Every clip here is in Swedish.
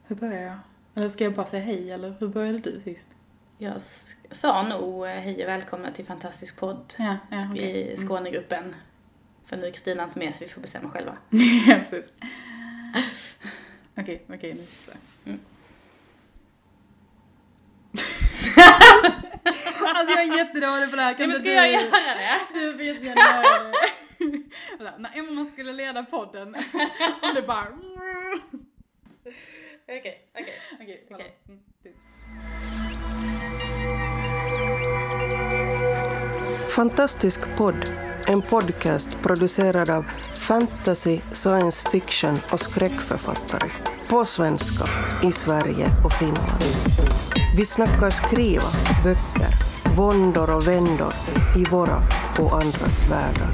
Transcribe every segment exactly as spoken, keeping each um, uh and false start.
Hur börjar jag? Eller ska jag bara säga hej, eller hur började du sist? Jag sa nog hej och välkomna till Fantastisk podd ja, ja, okay. i Skånegruppen. Mm. För nu är Kristina inte med så vi får bestämma själva. Ja, precis. Okej, okej, okay, nu så. Mm. Alltså jag är jättedålig på det här. Kan men ska du... jag göra det? Du får jättegärna göra det. När Emma skulle leda podden. Och det bara... Okej, okej. Okej, okej. Fantastisk podd, en podcast producerad av fantasy, science fiction och skräckförfattare. På svenska, i Sverige och Finland. Vi snackar skriva, böcker, våndor och vändor i våra och andras världar.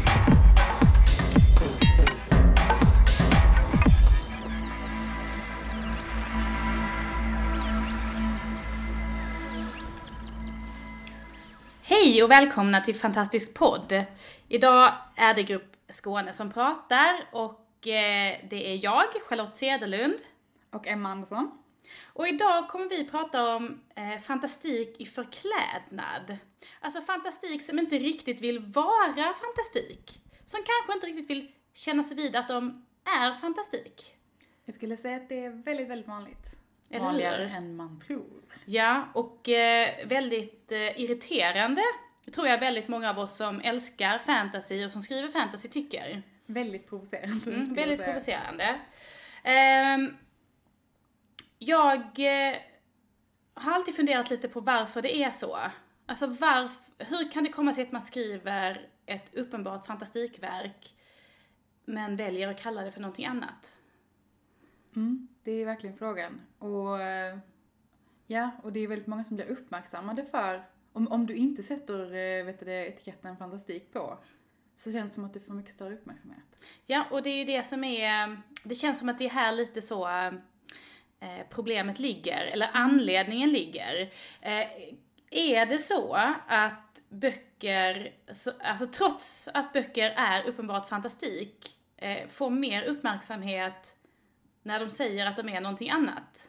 Hej och välkomna till Fantastisk podd. Idag är det Grupp Skåne som pratar och det är jag, Charlotte Cederlund. Och Emma Andersson. Och idag kommer vi prata om eh, fantastik i förklädnad. Alltså fantastik som inte riktigt vill vara fantastik. Som kanske inte riktigt vill känna sig vid att de är fantastik. Jag skulle säga att det är väldigt, väldigt vanligt. Eller vanligare än man tror. Ja, och eh, väldigt eh, irriterande. Jag tror jag väldigt många av oss som älskar fantasy och som skriver fantasy tycker. Väldigt provocerande. Mm, väldigt säga. provocerande. Um, jag eh, har alltid funderat lite på varför det är så. Alltså varf, hur kan det komma sig att man skriver ett uppenbart fantastikverk men väljer att kalla det för någonting annat? Mm, det är verkligen frågan. Och ja, och det är väldigt många som blir uppmärksammade för, om, om du inte sätter vet du, etiketten fantastik på, så känns det som att du får mycket större uppmärksamhet. Ja, och det är ju det som är, det känns som att det är här lite så eh, problemet ligger, eller anledningen ligger. Eh, är det så att böcker, så, alltså trots att böcker är uppenbart fantastik, eh, får mer uppmärksamhet när de säger att de är någonting annat?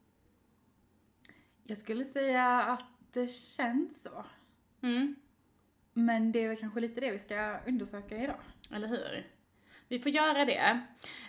Jag skulle säga att det känns så. Mm. Men det är väl kanske lite det vi ska undersöka idag. Eller hur? Vi får göra det.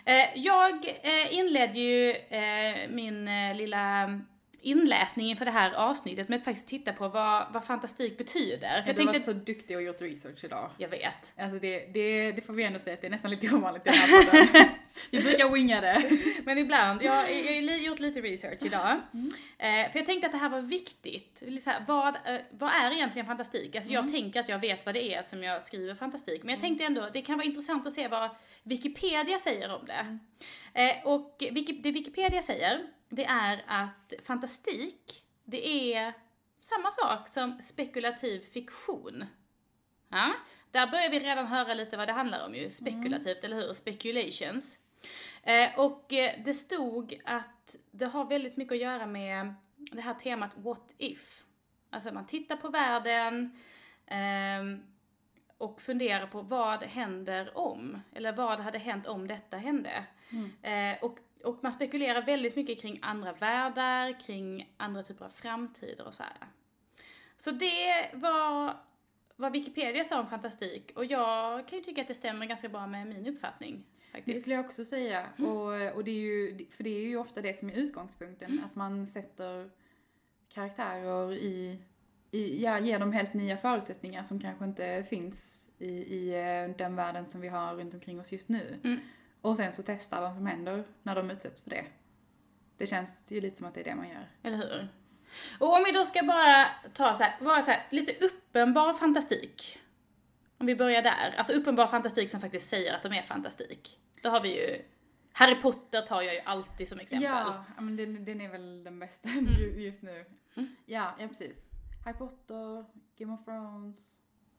Jag inledde ju min lilla inläsning inför det här avsnittet med att faktiskt titta på vad, vad fantastik betyder. För jag du tänkte... har varit så duktig och gjort research idag. Jag vet. Alltså det, det, det får vi ändå säga att det är nästan lite ovanligt i den här podden. Vi brukar winga det. Men ibland. Jag, jag har gjort lite research idag. Mm. Eh, för jag tänkte att det här var viktigt. Så här, vad, eh, vad är egentligen fantastik? Alltså mm. jag tänker att jag vet vad det är som jag skriver fantastik. Men jag tänkte ändå, det kan vara intressant att se vad Wikipedia säger om det. Mm. Eh, och det Wikipedia säger, det är att fantastik, det är samma sak som spekulativ fiktion. Ja, där börjar vi redan höra lite vad det handlar om ju. Spekulativt, mm. eller hur? Speculations. Eh, och eh, det stod att det har väldigt mycket att göra med det här temat what if. Alltså man tittar på världen eh, och funderar på vad händer om. Eller vad hade hänt om detta hände. Mm. Eh, och, och man spekulerar väldigt mycket kring andra världar, kring andra typer av framtider och så här. Så det var... vad Wikipedia sa om fantastik. Och jag kan ju tycka att det stämmer ganska bra med min uppfattning. Faktiskt. Det skulle jag också säga. Mm. Och, och det är ju, för det är ju ofta det som är utgångspunkten. Mm. Att man sätter karaktärer i, i ja, ger dem helt nya förutsättningar som kanske inte finns i, i den världen som vi har runt omkring oss just nu. Mm. Och sen så testar vad som händer när de utsätts för det. Det känns ju lite som att det är det man gör. Eller hur? Och om vi då ska bara ta så här, vara så här, lite uppenbar fantastik. Om vi börjar där. Alltså uppenbar fantastik som faktiskt säger att de är fantastik. Då har vi ju, Harry Potter tar jag ju alltid som exempel. Ja, men den, den är väl den bästa mm. just nu. Mm. Ja, ja, precis. Harry Potter, Game of Thrones.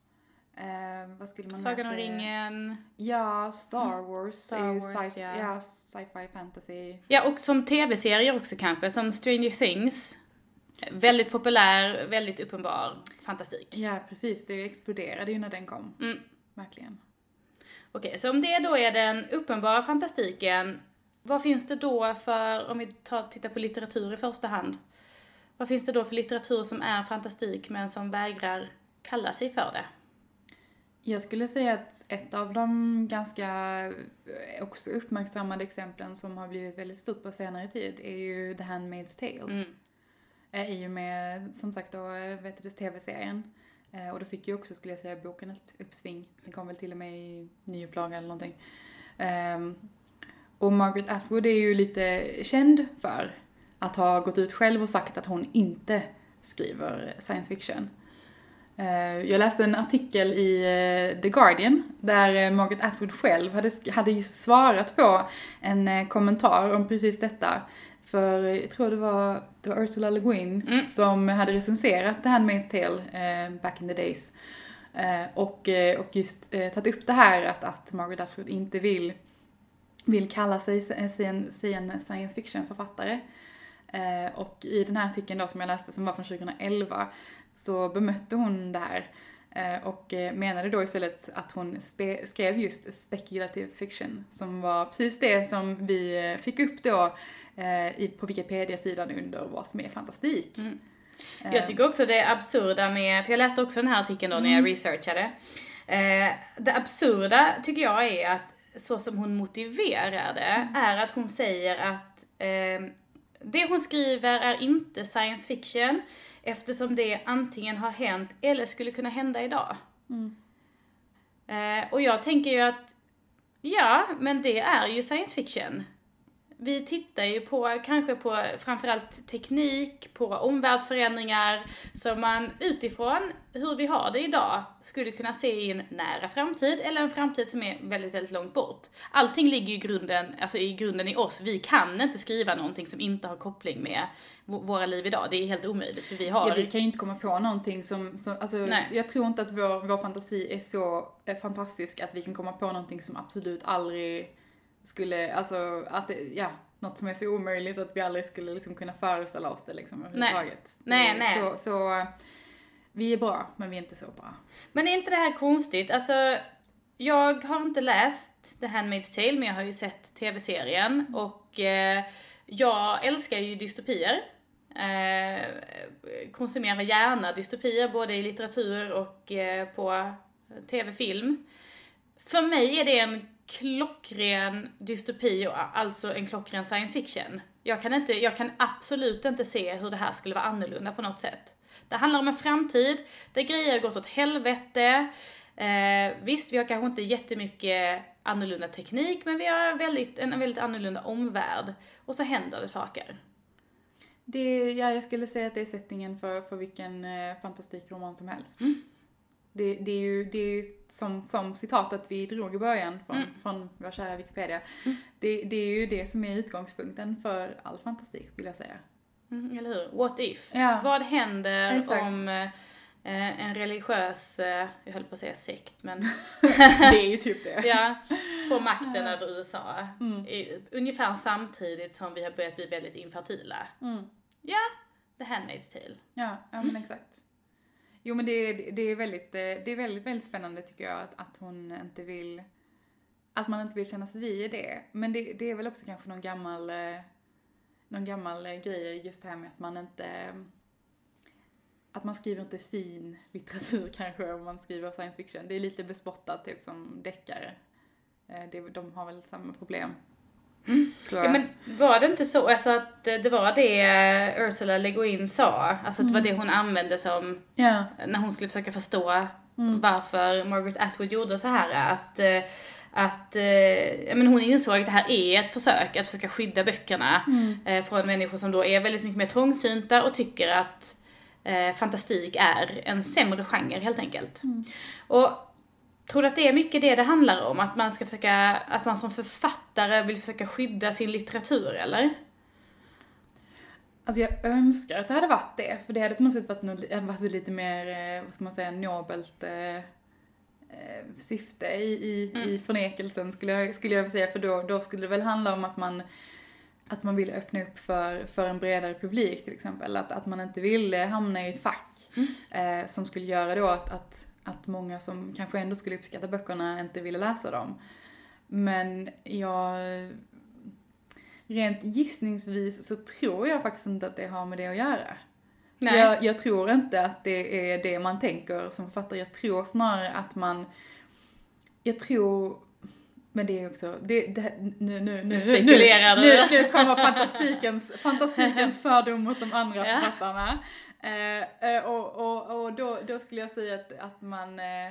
Eh, vad skulle man Sagan om ringen. Ja, Star Wars. Star är ju Wars, sci- ja. ja, sci-fi fantasy. Ja, och som tv-serier också kanske. Som Stranger Things. Väldigt populär, väldigt uppenbar fantastik. Ja, precis. Det exploderade ju när den kom. Mm. Verkligen. Okej, så om det då är den uppenbara fantastiken, vad finns det då för, om vi tar, tittar på litteratur i första hand, vad finns det då för litteratur som är fantastik men som vägrar kalla sig för det? Jag skulle säga att ett av de ganska också uppmärksammade exemplen som har blivit väldigt stort på senare tid är ju The Handmaid's Tale. Mm. I och med, som sagt då, vet du, det tv-serien. Och då fick ju också, skulle jag säga, boken ett uppsving. Den kom väl till och med i nyupplaga eller någonting. Um, och Margaret Atwood är ju lite känd för att ha gått ut själv och sagt att hon inte skriver science fiction. Uh, jag läste en artikel i uh, The Guardian där uh, Margaret Atwood själv hade, hade ju svarat på en uh, kommentar om precis detta. För jag tror det var, det var Ursula Le Guin mm. som hade recenserat The Handmaid's Tale uh, back in the days. Uh, och, uh, och just uh, tagit upp det här att, att Margaret Atwood inte vill, vill kalla sig, sig, en, sig en science fiction-författare. Uh, och i den här artikeln då som jag läste som var från tjugoelva så bemötte hon det här. Uh, och uh, menade då istället att hon spe- skrev just speculative fiction. Som var precis det som vi uh, fick upp då uh, i, på Wikipedia-sidan under vad som är fantastik. Mm. Jag tycker också det är absurda med, för jag läste också den här artikeln då mm. när jag researchade. Eh, det absurda tycker jag är att så som hon motiverar det mm. är att hon säger att eh, det hon skriver är inte science fiction eftersom det antingen har hänt eller skulle kunna hända idag. Mm. Eh, och jag tänker ju att ja, men det är ju science fiction. Vi tittar ju på, kanske på framförallt teknik, på omvärldsförändringar som man utifrån hur vi har det idag skulle kunna se i en nära framtid eller en framtid som är väldigt, väldigt långt bort. Allting ligger ju i grunden, alltså i grunden i oss. Vi kan inte skriva någonting som inte har koppling med våra liv idag. Det är helt omöjligt för vi har... Ja, vi kan ju inte komma på någonting som... som alltså, jag tror inte att vår, vår fantasi är så är fantastisk att vi kan komma på någonting som absolut aldrig... skulle, alltså, att det, ja, något som är så omöjligt att vi aldrig skulle liksom kunna föreställa oss det liksom överhuvudtaget. Nej, nej, nej. Så, så vi är bra, men vi är inte så bra. Men är inte det här konstigt? Alltså, jag har inte läst The Handmaid's Tale, men jag har ju sett tv-serien och eh, jag älskar ju dystopier. Eh, konsumerar gärna dystopier, både i litteratur och eh, på tv-film. För mig är det en klockren dystopi och alltså en klockren science fiction. Jag kan, inte, jag kan absolut inte se hur det här skulle vara annorlunda på något sätt. Det handlar om en framtid där grejer har gått åt helvete. Eh, visst, vi har kanske inte jättemycket annorlunda teknik, men vi har väldigt, en väldigt annorlunda omvärld. Och så händer det saker. Det, ja, jag skulle säga att det är sättningen för, för vilken eh, fantastikroman som helst. Mm. Det, det är ju, det är ju som, som citatet vi drog i början från, mm. från vår kära Wikipedia. Mm. Det, det är ju det som är utgångspunkten för all fantastik, vill jag säga. Mm, eller hur? What if? Ja. Vad händer Exakt. om eh, en religiös, eh, jag höll på att säga sekt, men... det är ju typ det. Ja, får makten över U S A. Mm. I, ungefär samtidigt som vi har börjat bli väldigt infertila. Mm. Ja, The Handmaid's Tale. Ja, ja men mm. exakt. Jo, men det, det är väldigt, det är väldigt, väldigt spännande tycker jag att, att hon inte vill, att man inte vill kännas vid det. Men det, det är väl också kanske någon gammal, någon gammal grej just det här med att man inte, att man skriver inte fin litteratur kanske om man skriver science fiction. Det är lite bespottat typ som deckare. Det, de har väl samma problem. Mm. Ja, men var det inte så alltså att det var det Ursula Le Guin sa, alltså att det var det hon använde som yeah. när hon skulle försöka förstå mm. varför Margaret Atwood gjorde så här, att att ja, men hon insåg att det här är ett försök att försöka skydda böckerna mm. från människor som då är väldigt mycket mer trångsynta och tycker att eh, fantastik är en sämre genre helt enkelt. Mm. Och tror du att det är mycket det det handlar om? Att man ska försöka, att man som författare vill försöka skydda sin litteratur, eller? Alltså jag önskar att det hade varit det. För det hade på något sätt varit, varit lite mer, vad ska man säga, nobelt eh, syfte i, i, mm. i förnekelsen skulle jag, skulle jag säga. För då, då skulle det väl handla om att man, att man vill öppna upp för, för en bredare publik till exempel. Att, att man inte vill hamna i ett fack mm. eh, som skulle göra då att, att att många som kanske ändå skulle uppskatta böckerna inte ville läsa dem. Men jag... rent gissningsvis så tror jag faktiskt inte att det har med det att göra. Nej. Jag, jag tror inte att det är det man tänker som författare. Jag tror snarare att man... Jag tror... Men det är också... Det, det, nu, nu, nu, spekulerar nu, nu, nu kommer fantastikens, fantastikens fördom mot de andra ja. författarna. Eh, och och, och då, då skulle jag säga att, att man... Eh,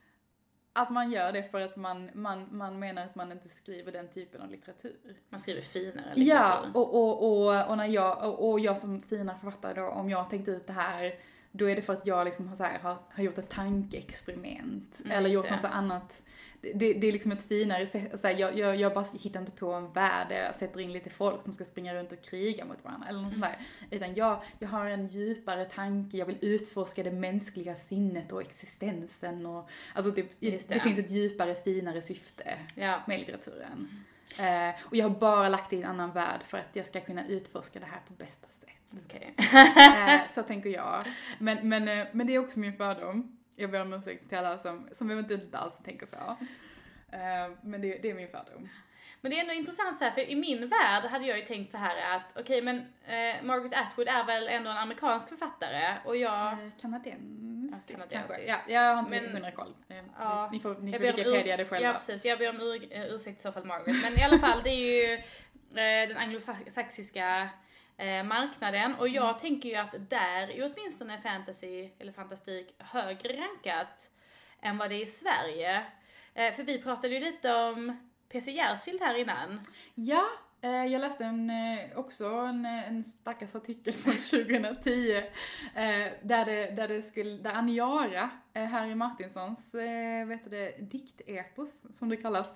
Att man gör det för att man, man, man menar att man inte skriver den typen av litteratur. Man skriver finare litteratur. Ja, och, och, och, och, när jag, och, och jag som fina författare då, om jag har tänkt ut det här, då är det för att jag liksom har, så här, har, har gjort ett tankeexperiment. Mm, eller gjort det. något annat. Det, det är liksom ett finare sätt. Så här, jag, jag, jag bara hittar inte på en värld där jag sätter in lite folk som ska springa runt och kriga mot varandra. Eller något mm. sånt där. Utan jag, jag har en djupare tanke. Jag vill utforska det mänskliga sinnet och existensen. Och, alltså det, det. det finns ett djupare, finare syfte ja. med litteraturen. Mm. Eh, och jag har bara lagt det i en annan värld för att jag ska kunna utforska det här på bästa sätt. Okay. eh, så tänker jag. Men, men, eh, men det är också min fördom. Jag ber om ursäkt till alla som, som eventuellt inte alls tänker så. Uh, men det, det är min fördom. Men det är ändå intressant så här, för i min värld hade jag ju tänkt så här att okej, okay, men uh, Margaret Atwood är väl ändå en amerikansk författare och jag... Uh, kanadensisk ja, kanadensisk. Ja, jag har inte men, hundra koll. Uh, ja, ni får, ni får Wikipedia det själva. Ja, precis. Jag ber om ur, ursäkt i så fall, Margaret. Men i alla fall, det är ju uh, den anglosaxiska eh, marknaden. Och jag mm. tänker ju att där är åtminstone fantasy eller fantastik högre rankat än vad det är i Sverige. Eh, för vi pratade ju lite om P C Jersild här innan. Ja, eh, jag läste en, eh, också en, en stackars artikel från tjugohundratio eh, där, det, där, det skulle, där Aniara, eh, Harry Martinsons eh, vet det, diktepos som det kallas,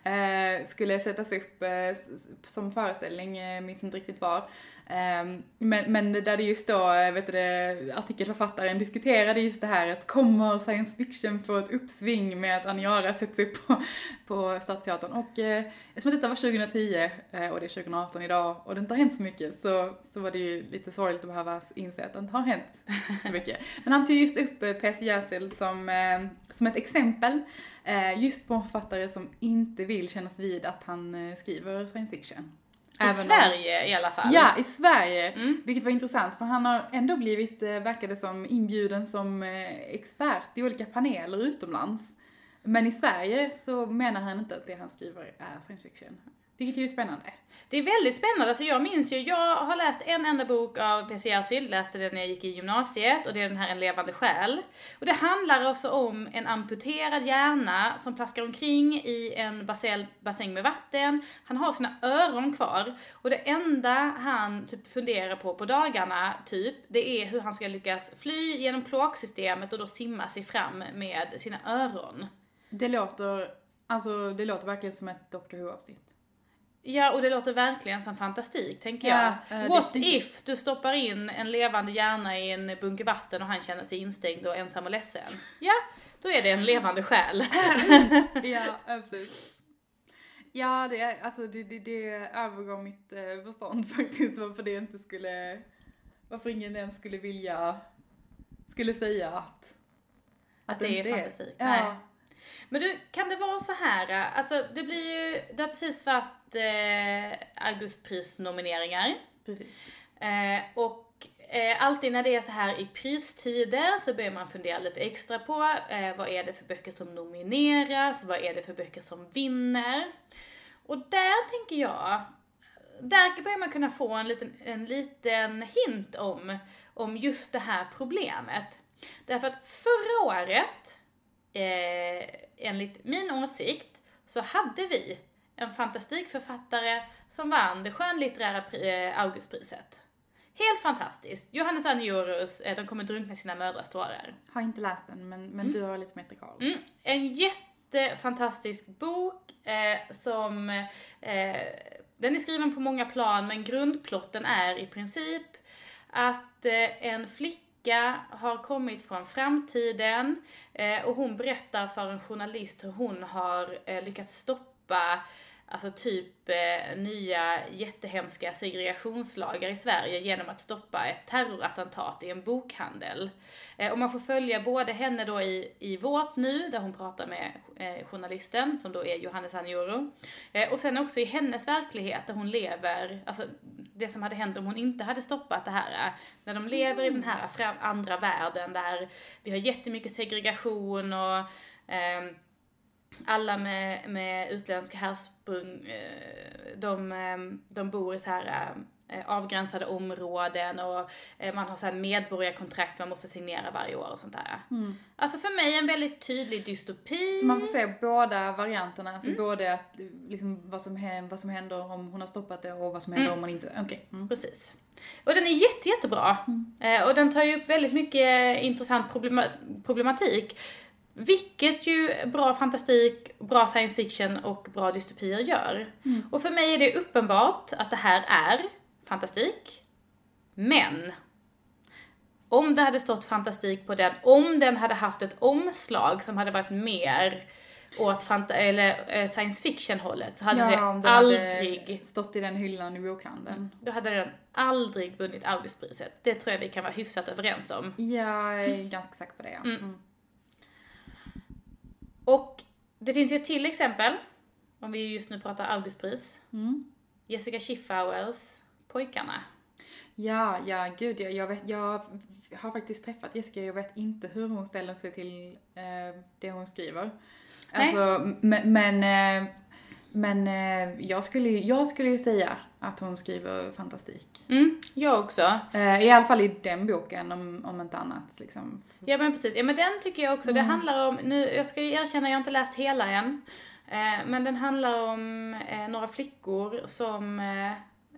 eh, skulle sättas upp eh, som föreställning, eh, minns inte riktigt var. Um, men, men där det just då, vet du, artikelförfattaren diskuterade just det här att kommer science fiction få ett uppsving med att Aniara sätts upp på, på Stadsteatern. Och eh, eftersom detta var tjugohundratio eh, och det är tjugohundraarton idag och det inte har hänt så mycket, så, så var det ju lite sorgligt att behöva inse att det inte har hänt så mycket. Men han tog just upp eh, P C Jersild som, eh, som ett exempel eh, just på en författare som inte vill kännas vid att han eh, skriver science fiction. I Även Sverige om, i alla fall. Ja, i Sverige. Mm. Vilket var intressant, för han har ändå blivit, verkade som inbjuden som expert i olika paneler utomlands. Men i Sverige så menar han inte att det han skriver är science fiction. Vilket är ju spännande. Det är väldigt spännande. Alltså jag minns ju, jag har läst en enda bok av P C Jersild, läste den när jag gick i gymnasiet, och det är den här En levande själ. Och det handlar också om en amputerad hjärna som plaskar omkring i en bassäng med vatten. Han har sina öron kvar, och det enda han typ funderar på på dagarna typ, det är hur han ska lyckas fly genom kloaksystemet och då simma sig fram med sina öron. Det låter, alltså det låter verkligen som ett Doctor Who-avsnitt. Ja, och det låter verkligen som fantastik, tänker jag. Ja, uh, What if du stoppar in en levande hjärna i en bunke vatten och han känner sig instängd och ensam och ledsen? Ja, då är det en levande själ. Ja, absolut. Ja, det, alltså, det, det, det övergår mitt eh, förstånd faktiskt, varför det inte skulle, varför ingen ens skulle vilja, skulle säga att, att, att det är fantastik. Ja. Nej. Men du, kan det vara så här, alltså det blir ju, det har precis varit eh, Augustprisnomineringar. Precis. Eh, och eh, alltid när det är så här i pristider så börjar man fundera lite extra på eh, vad är det för böcker som nomineras, vad är det för böcker som vinner. Och där tänker jag, där börjar man kunna få en liten, en liten hint om, om just det här problemet. Därför att förra året, Eh, enligt min åsikt, så hade vi en fantastikförfattare som vann det skönlitterära pri- eh, Augustpriset. Helt fantastiskt. Johannes Anjorus, eh, De kommer drunkna sina mödrars tårar. Har inte läst den, men, men mm. du har lite bättre koll. Mm. En jättefantastisk bok eh, som eh, den är skriven på många plan, men grundplotten är i princip att eh, en flicka har kommit från framtiden eh, och hon berättar för en journalist hur hon har eh, lyckats stoppa alltså typ eh, nya jättehemska segregationslagar i Sverige genom att stoppa ett terrorattentat i en bokhandel. Eh, och man får följa både henne då i, i Vårt nu, där hon pratar med eh, journalisten som då är Johannes Anioro. Eh, och sen också i hennes verklighet där hon lever, alltså det som hade hänt om hon inte hade stoppat det här. Eh, när de lever mm. i den här fram, andra världen där vi har jättemycket segregation och eh, alla med, med utländsk härsprung, de, de bor i så här avgränsade områden och man har så här medborgarkontrakt man måste signera varje år och sånt där. Mm. Alltså för mig en väldigt tydlig dystopi. Så man får se båda varianterna, alltså mm. både att, liksom, vad, som händer, vad som händer om hon har stoppat det och vad som händer mm. om hon inte. Okej. Okay. Mm. Precis. Och den är jätte, jättebra. Mm. Eh, och den tar ju upp väldigt mycket intressant problema- problematik. Vilket ju bra fantastik, bra science fiction och bra dystopier gör. Mm. Och för mig är det uppenbart att det här är fantastik. Men om det hade stått fantastik på den, om den hade haft ett omslag som hade varit mer åt fanta- eller science fiction hållet, så hade ja, det, om det aldrig hade stått i den hyllan i bokhandeln. Mm. Då hade den aldrig vunnit Augustpriset. Det tror jag vi kan vara hyfsat överens om. Ja, jag är ganska säker på det. Ja. Mm. Mm. Och det finns ju ett till exempel, om vi just nu pratar Augustpris. Mm. Jessica Schiffauers Pojkarna. Ja, ja, gud, jag, jag, vet, jag har faktiskt träffat Jessica, jag vet inte hur hon ställer sig till eh, det hon skriver. Alltså, men, men, eh, men eh, jag, skulle, jag skulle ju säga att hon skriver fantastik. Mm, jag också. Eh, I alla fall i den boken, om, om inte annat. Liksom. Ja, men precis. Ja, men den tycker jag också. Mm. Det handlar om, nu, jag ska erkänna, jag har inte läst hela än. Eh, men den handlar om eh, några flickor som eh,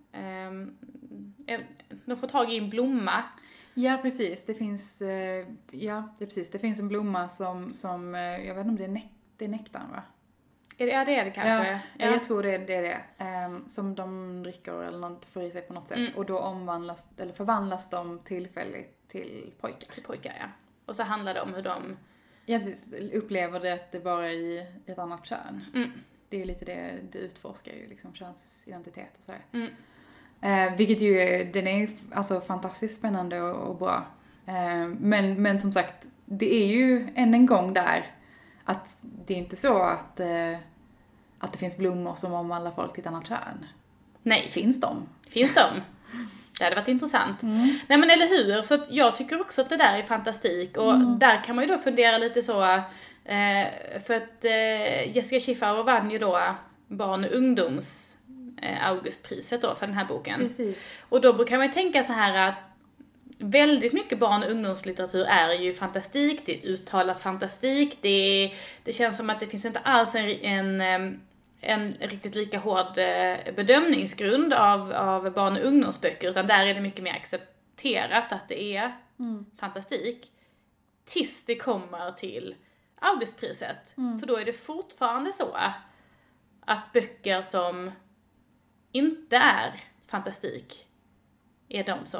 eh, de får tag i en blomma. Ja, precis. Det finns, eh, ja, det är precis. Det finns en blomma som, som eh, jag vet inte om det är, nek- det är nektarn, va? Ja, det är det kanske. Ja, ja. Jag tror det är det, är det. Um, som de dricker eller något, får i sig på något sätt. Mm. Och då omvandlas, eller förvandlas de tillfälligt till pojkar. Till pojkar, ja. Och så handlar det om hur de... Ja, precis. Upplever det att det bara är i ett annat kön. Mm. Det är ju lite det, det utforskar ju liksom könsidentitet och sådär. Mm. Uh, vilket ju är, den är alltså fantastiskt spännande och, och bra. Uh, men, men som sagt, det är ju än en gång där att det är inte så att, uh, att det finns blommor som omvandlar folk till ett annat kön. Nej. Finns de? Finns de? Det hade varit intressant. Mm. Nej, men eller hur? Så att jag tycker också att det där är fantastik. Och mm. där kan man ju då fundera lite så. Eh, för att eh, Jessica Schiffauer vann ju då barn- och ungdoms eh, Augustpriset då för den här boken. Precis. Och då kan man ju tänka så här att väldigt mycket barn- och ungdomslitteratur är ju fantastik. Det är uttalat fantastik. Det, det känns som att det finns inte alls en... en en riktigt lika hård bedömningsgrund av, av barn- och ungdomsböcker, utan där är det mycket mer accepterat att det är mm. fantastik. Tills det kommer till Augustpriset. Mm. För då är det fortfarande så att böcker som inte är fantastik är de som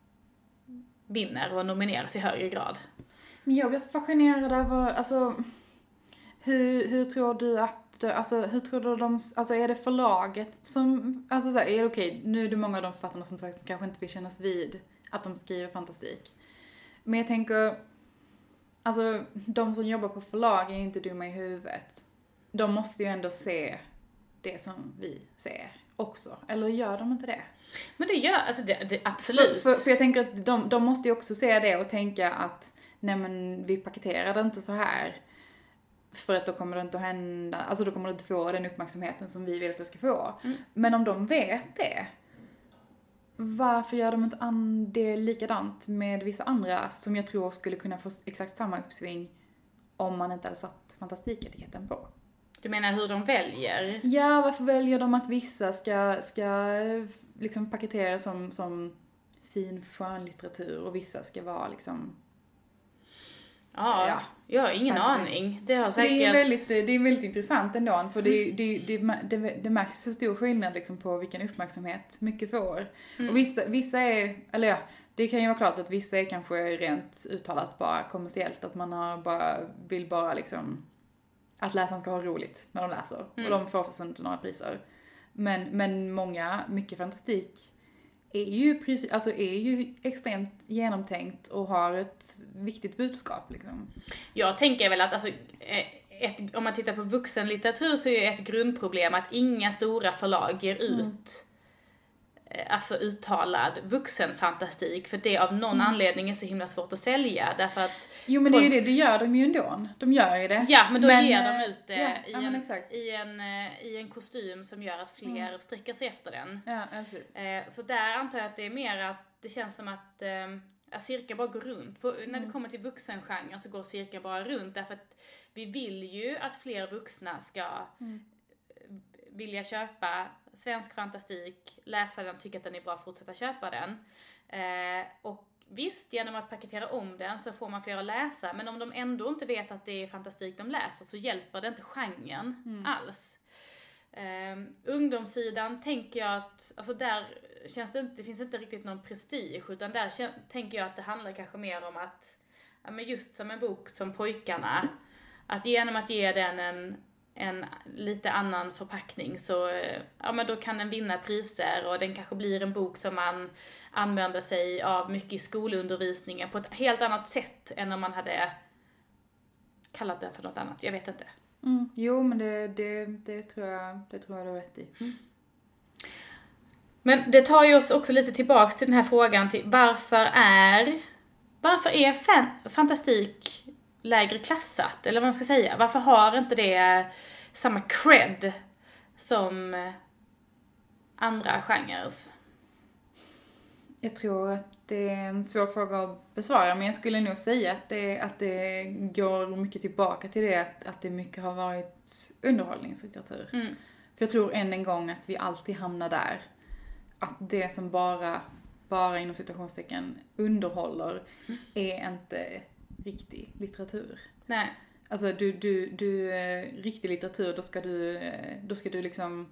vinner och nomineras i högre grad. Men jag blir så fascinerad över, alltså, hur, hur tror du att Alltså, hur tror du de, alltså är det förlaget som, alltså så här, är det okej, nu är det många av de författarna som sagt kanske inte vill kännas vid att de skriver fantastik. Men jag tänker, alltså de som jobbar på förlag är ju inte dumma i huvudet. De måste ju ändå se det som vi ser också, eller gör de inte det? Men det gör, alltså det, det absolut. För, för, för jag tänker att de, de måste ju också se det och tänka att, nej men vi paketerar det inte så här. För att då kommer det inte att hända, alltså då kommer det inte få den uppmärksamheten som vi vill att det ska få. Mm. Men om de vet det, varför gör de inte an- det likadant med vissa andra som jag tror skulle kunna få exakt samma uppsving om man inte hade satt fantastiketiketten på? Du menar hur de väljer? Ja, varför väljer de att vissa ska, ska liksom paketera som, som fin skönlitteratur och vissa ska vara liksom... Ja, ja, jag har ingen fantasy. aning. Det har säkert... Det är väldigt, det är väldigt intressant ändå, för det, det, det, det, det märks så stor skillnad liksom på vilken uppmärksamhet mycket får. Mm. Och vissa, vissa är, eller ja, det kan ju vara klart att vissa är kanske rent uttalat bara kommersiellt, att man har bara, vill bara liksom att läsarna ska ha roligt när de läser. Mm. Och de får förstås inte några priser. Men, men många, mycket fantastik är ju, precis, alltså är ju extremt genomtänkt och har ett viktigt budskap. Liksom. Jag tänker väl att alltså, ett, om man tittar på vuxenlitteratur så är ett grundproblem att inga stora förlag ger ut mm. alltså uttalad vuxenfantastik, för det av någon mm. anledning är så himla svårt att sälja, därför att jo men folk... det är ju det, det gör de ju ändå, de gör ju det. Ja, men då men, ger de ut det ja, i, ja, en, i, en, i en kostym som gör att fler mm. sträcker sig efter den. Ja, ja, precis. Så där antar jag att det är mer att det känns som att ja, cirkeln bara går runt. På, mm. När det kommer till vuxengenren så går cirkeln bara runt, därför att vi vill ju att fler vuxna ska mm. vilja köpa svensk fantastik, läsa den, tycka att den är bra, fortsätta köpa den. Eh, och visst, genom att paketera om den så får man fler att läsa, men om de ändå inte vet att det är fantastik de läser så hjälper det inte genren mm. alls. Eh, ungdomssidan tänker jag att, alltså där känns det inte, det finns inte riktigt någon prestige, utan där kän, tänker jag att det handlar kanske mer om att, ja, men just som en bok som Pojkarna, att genom att ge den en en lite annan förpackning så ja, men då kan den vinna priser, och den kanske blir en bok som man använder sig av mycket i skolundervisningen på ett helt annat sätt än om man hade kallat den för något annat. Jag vet inte. Mm. Jo, men det, det, det, tror jag, det tror jag du har rätt i. Mm. Men det tar ju oss också lite tillbaks till den här frågan till varför är varför är fan, fantastik lägre klassat, eller vad man ska säga. Varför har inte det samma cred som andra genres? Jag tror att det är en svår fråga att besvara, men jag skulle nog säga att det, att det går mycket tillbaka till det att, att det mycket har varit underhållningslitteratur. Mm. För jag tror än en gång att vi alltid hamnar där. Att det som bara, bara inom situationstecken underhåller mm. är inte riktig litteratur. Nej. Alltså du, du, du riktig litteratur, då ska du, då ska du liksom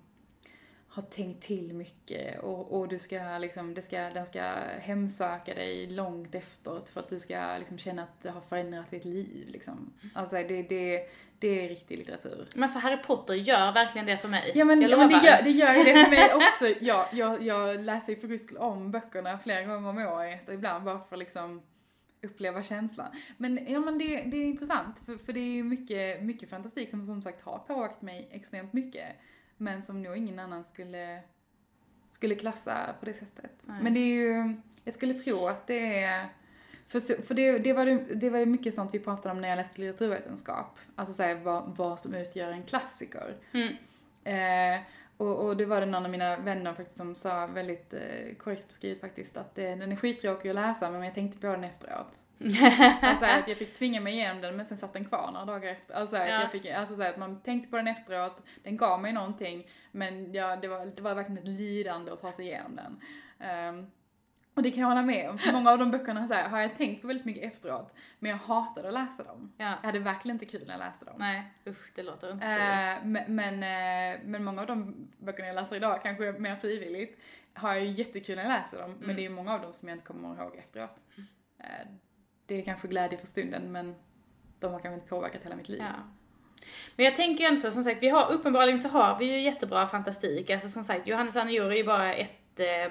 ha tänkt till mycket och, och du ska liksom, det ska, den ska hemsöka dig långt efteråt för att du ska liksom känna att det har förändrat ditt liv liksom. Alltså det, det, det är riktig litteratur. Men så Harry Potter gör verkligen det för mig. Ja men, ja, men det, gör, det gör ju det för mig också. Jag, jag, jag läser ju för guds skull om böckerna flera gånger om året och ibland bara för liksom uppleva känslan. Men, ja, men det, det är intressant för, för det är ju mycket, mycket fantastik som som sagt har påverkat mig extremt mycket. Men som nog ingen annan skulle, skulle klassa på det sättet. Nej. Men det är ju, jag skulle tro att det är, för, för det, det, var det, det var mycket sånt vi pratade om när jag läste litteraturvetenskap. Alltså så här, vad, vad som utgör en klassiker. Mm. Eh, och, och det var det någon av mina vänner faktiskt som sa väldigt eh, korrekt beskrivet faktiskt att det, den är skittråkig att läsa men jag tänkte på den efteråt. Alltså att jag fick tvinga mig igenom den men sen satt den kvar några dagar efter. Alltså att, ja. jag fick, alltså att man tänkte på den efteråt, den gav mig någonting men ja, det, var, det var verkligen ett lidande att ta sig igenom den. Um, och det kan jag hålla med om. För många av de böckerna så här, har jag tänkt på väldigt mycket efteråt men jag hatade att läsa dem. Ja. Jag hade verkligen inte kul när jag läste dem. Nej, usch, det låter inte kul. Uh, men, men, uh, men många av de böckerna jag läser idag, kanske mer frivilligt, har jag jättekul när jag läser dem. Mm. Men det är många av dem som jag inte kommer ihåg efteråt. Uh, Det är kanske glädje för stunden, men de har kanske inte påverkat hela mitt liv. Ja. Men jag tänker ju ändå så, som sagt, vi har, uppenbarligen så har vi ju jättebra fantastik. Alltså som sagt, Johannes Anna Jur är ju bara ett, eh,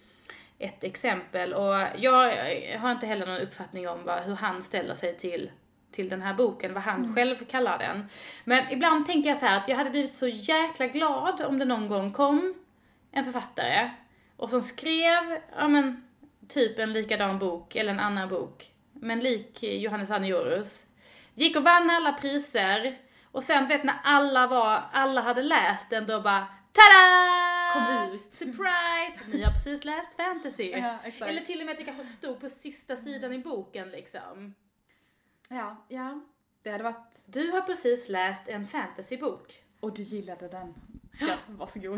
ett exempel. Och jag har inte heller någon uppfattning om vad, hur han ställer sig till, till den här boken, vad han mm. själv kallar den. Men ibland tänker jag så här att jag hade blivit så jäkla glad om det någon gång kom en författare och som skrev, ja men, typ en likadan bok eller en annan bok. Men lik Johannes Anna Jurus. Gick och vann alla priser. Och sen vet när alla var, alla hade läst den då bara tada! Kom ut. Surprise! Ni har precis läst fantasy. Ja, eller till och med att det kanske stod på sista sidan i boken liksom. Ja, ja. Det hade varit... Du har precis läst en fantasybok. Och du gillade den. Ja, varsågod.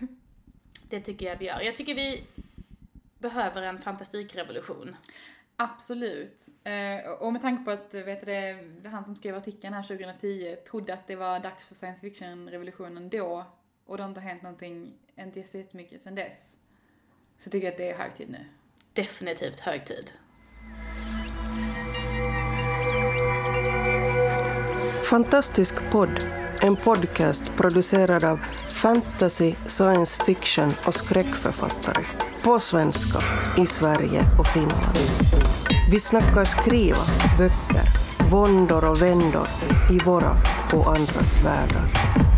Det tycker jag vi gör. Jag tycker vi behöver en fantastikrevolution. Absolut. Eh, och med tanke på att vet du, han som skrev artikeln här tjugohundratio trodde att det var dags för science fiction-revolutionen då och det har inte hänt någonting, inte så jättemycket sedan dess. Så tycker jag att det är hög tid nu. Definitivt hög tid. Fantastisk podd, en podcast producerad av fantasy, science fiction och skräckförfattare. På svenska, i Sverige och Finland. Vi snackar skriva, böcker, våndor och vändor i våra och andras världar.